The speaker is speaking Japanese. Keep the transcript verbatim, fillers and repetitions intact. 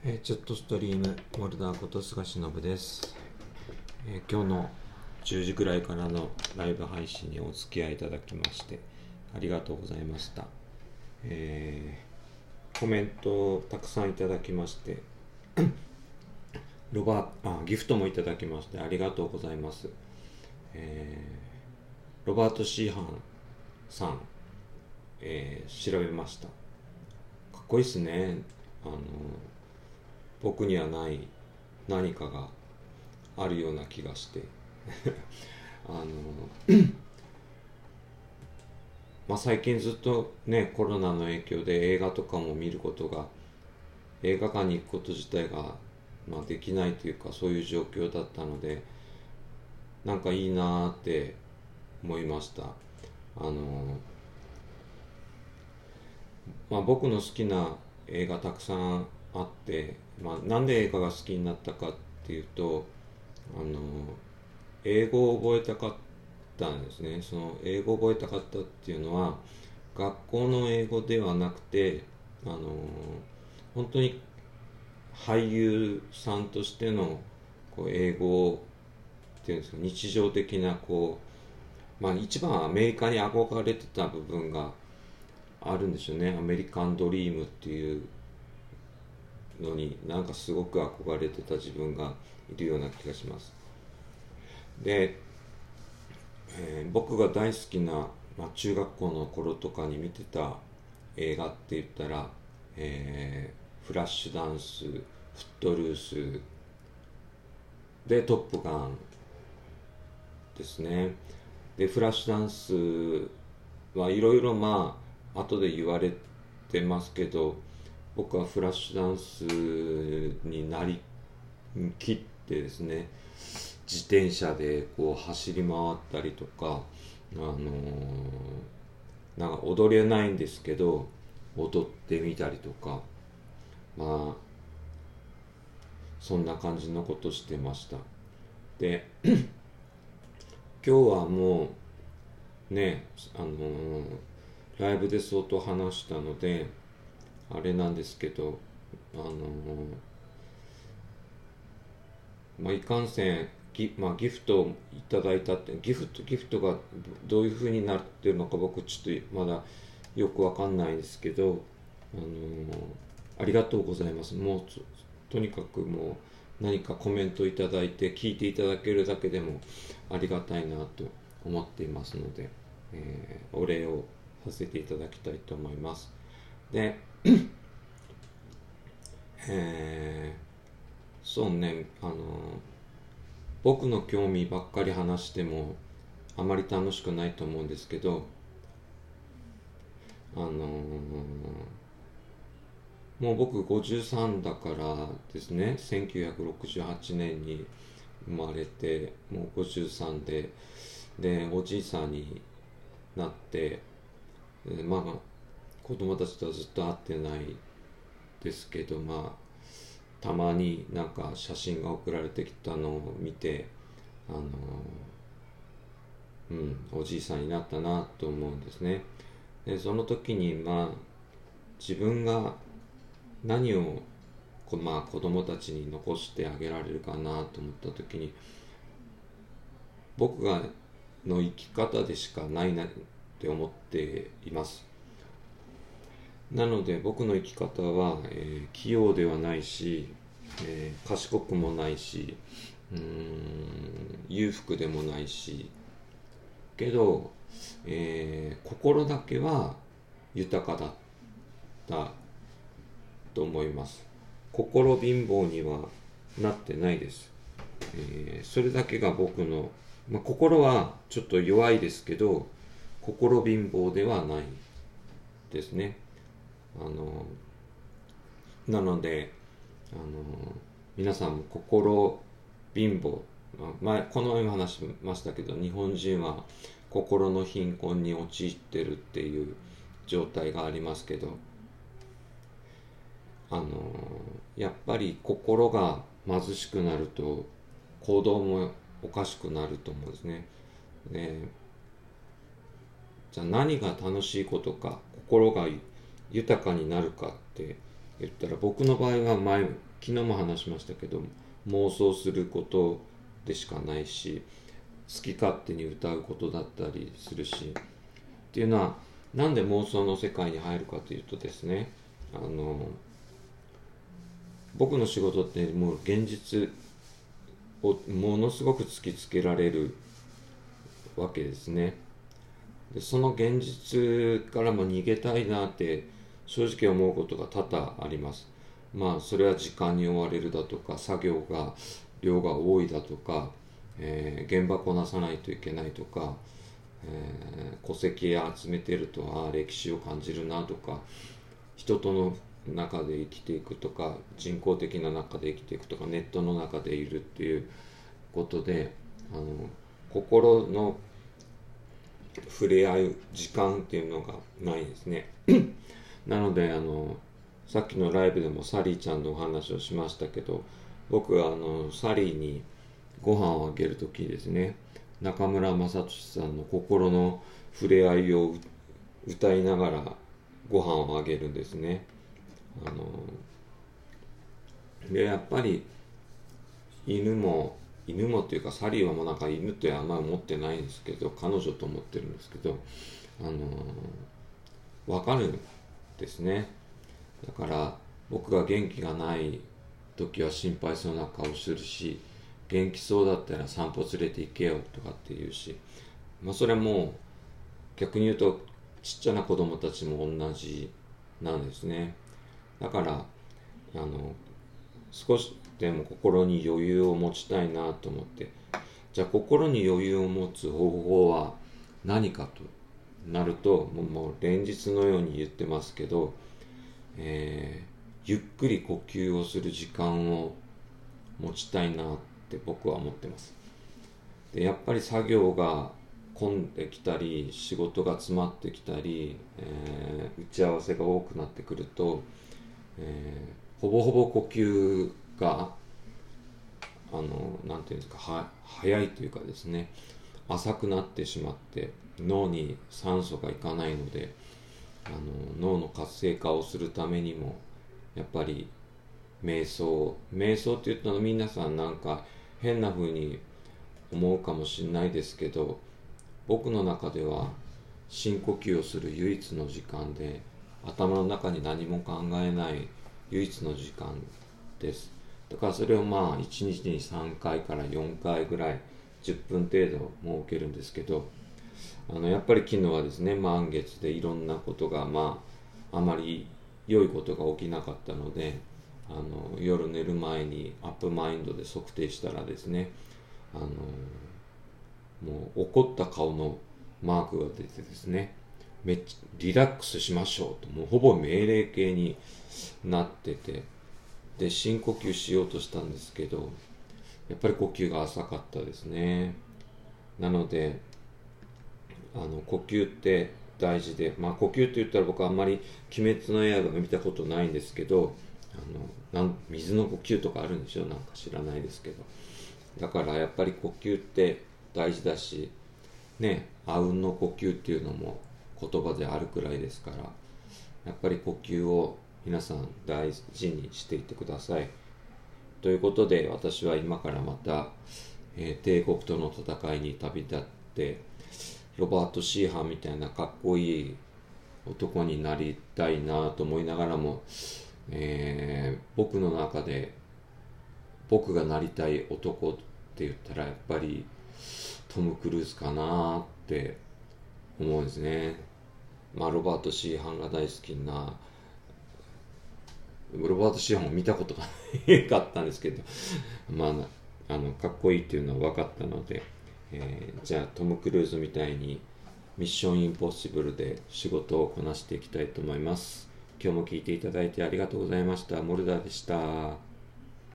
えー、チャットストリームモルダーこと菅忍です、えー、今日のじゅうじくらいからのライブ配信にお付き合いいただきましてありがとうございました。えー、コメントをたくさんいただきましてロバあギフトもいただきましてありがとうございます。えー、ロバート・シーハンさん、えー、調べました。かっこいいっすね。あの僕にはない何かがあるような気がしてあのまあ最近ずっとねコロナの影響で映画とかも見ることが映画館に行くこと自体が、まあ、できないというかそういう状況だったのでなんかいいなーって思いました。あのまあ僕の好きな映画たくさんあって、まあ、なんで映画が好きになったかっていうとあの英語を覚えたかったんですね。その英語を覚えたかったっていうのは学校の英語ではなくてあの本当に俳優さんとしてのこう英語っていうんですか日常的なこう、まあ、一番アメリカに憧れてた部分があるんですよね。アメリカンドリームっていうのになんかすごく憧れてた自分がいるような気がします。で、えー僕が大好きな、まあ、中学校の頃とかに見てた映画って言ったら、えーフラッシュダンス、フットルースでトップガンですね。でフラッシュダンスはいろいろまあ後で言われてますけど僕はフラッシュダンスになりきってですね自転車でこう走り回ったりとか、あのーなんか踊れないんですけど踊ってみたりとか、まあそんな感じのことしてました。で今日はもうねあのーライブで相当話したのであれなんですけど、あのーまあ、いかんせんギ,、まあ、ギフトをいただいたってギフトギフトがどういうふうになってるのか僕ちょっとまだよくわかんないんですけど、あのーありがとうございます。もうとにかくもう何かコメントいただいて聞いていただけるだけでもありがたいなと思っていますので、えーお礼をさせていただきたいと思います。で、えーそうね、あのー僕の興味ばっかり話してもあまり楽しくないと思うんですけど、あのーもう僕ごじゅうさんだからですね。せんきゅうひゃくろくじゅうはちねんに生まれてもうごじゅうさんででおじいさんになって、えまあ子供たちとはずっと会ってないですけど、まあたまになんか写真が送られてきたのを見て、あのうんおじいさんになったなと思うんですね。でその時にまあ自分が何をこまあ子供たちに残してあげられるかなと思った時に僕がの生き方でしかないなって思っています。なので僕の生き方は、えー器用ではないし、えー賢くもないし、うーん裕福でもないしけど、えー心だけは豊かだったと思います。心貧乏にはなってないです。えーそれだけが僕の、まあ、心はちょっと弱いですけど心貧乏ではないですね。あのなのであの皆さんも心貧乏、まあ、前この前も話しましたけど日本人は心の貧困に陥ってるっていう状態がありますけど、あのやっぱり心が貧しくなると行動もおかしくなると思うんですね。でじゃあ何が楽しいことか心が豊かになるかって言ったら、僕の場合は前昨日も話しましたけど、妄想することでしかないし、好き勝手に歌うことだったりするしっていうのは、なんで妄想の世界に入るかというとですね、あの僕の仕事ってもう現実をものすごく突きつけられるわけですね。でその現実からも逃げたいなって正直思うことが多々あります。まあそれは時間に追われるだとか、作業が量が多いだとか、えー、現場こなさないといけないとか、えー、戸籍集めてるとあ歴史を感じるなとか、人との中で生きていくとか、人工的な中で生きていくとか、ネットの中でいるっていうことで、あの心の触れ合う時間っていうのがないですねなのであのさっきのライブでもサリーちゃんのお話をしましたけど、僕はあのサリーにご飯をあげるときですね、中村雅俊さんの心の触れ合いを歌いながらご飯をあげるんですね。あのでやっぱり犬も犬もっていうか、サリーはもうなんか犬ってあんまり思ってないんですけど、彼女と思ってるんですけど、あの分かるんですね。だから僕が元気がない時は心配そうな顔するし、元気そうだったら散歩連れて行けよとかって言うし、まあそれも逆に言うとちっちゃな子供たちも同じなんですね。だからあの少しでも心に余裕を持ちたいなと思って、じゃあ心に余裕を持つ方法は何かとなると、もう、もう連日のように言ってますけど、えー、ゆっくり呼吸をする時間を持ちたいなって僕は思ってます。でやっぱり作業が混んできたり、仕事が詰まってきたり、えー、打ち合わせが多くなってくると、えー、ほぼほぼ呼吸があのなんていうんですか、は早いというかですね、浅くなってしまって脳に酸素がいかないので、あの脳の活性化をするためにもやっぱり瞑想瞑想って言ったの皆さんなんか変な風に思うかもしれないですけど、僕の中では深呼吸をする唯一の時間で、頭の中に何も考えない唯一の時間です。だからそれをまあいちにちにさんかいからよんかいぐらいじゅっぷん程度設けるんですけど、あのやっぱり昨日はですね、満月でいろんなことがまああまり良いことが起きなかったので、あの夜寝る前にアップマインドで測定したらですね、あのもう怒った顔のマークが出てですね、めっちゃリラックスしましょうと、もうほぼ命令形になってて、で深呼吸しようとしたんですけど、やっぱり呼吸が浅かったですね。なのであの呼吸って大事で、まあ呼吸って言ったら僕はあんまり鬼滅の刃が見たことないんですけど、あのなん水の呼吸とかあるんでしょ、なんか知らないですけど、だからやっぱり呼吸って大事だしね、あうんの呼吸っていうのも言葉であるくらいですから、やっぱり呼吸を皆さん大事にしていってください。ということで、私は今からまた、えー、帝国との戦いに旅立って、ロバート・シーハンみたいなかっこいい男になりたいなと思いながらも、えー、僕の中で僕がなりたい男って言ったらやっぱりトム・クルーズかなって思うんですね。まあロバート・シーハンが大好きな、ロバート・シーハンを見たことがなかったんですけど、まああのかっこいいっていうのは分かったので、えー、じゃあトム・クルーズみたいにミッションインポッシブルで仕事をこなしていきたいと思います。今日も聞いていただいてありがとうございました。モルダーでした。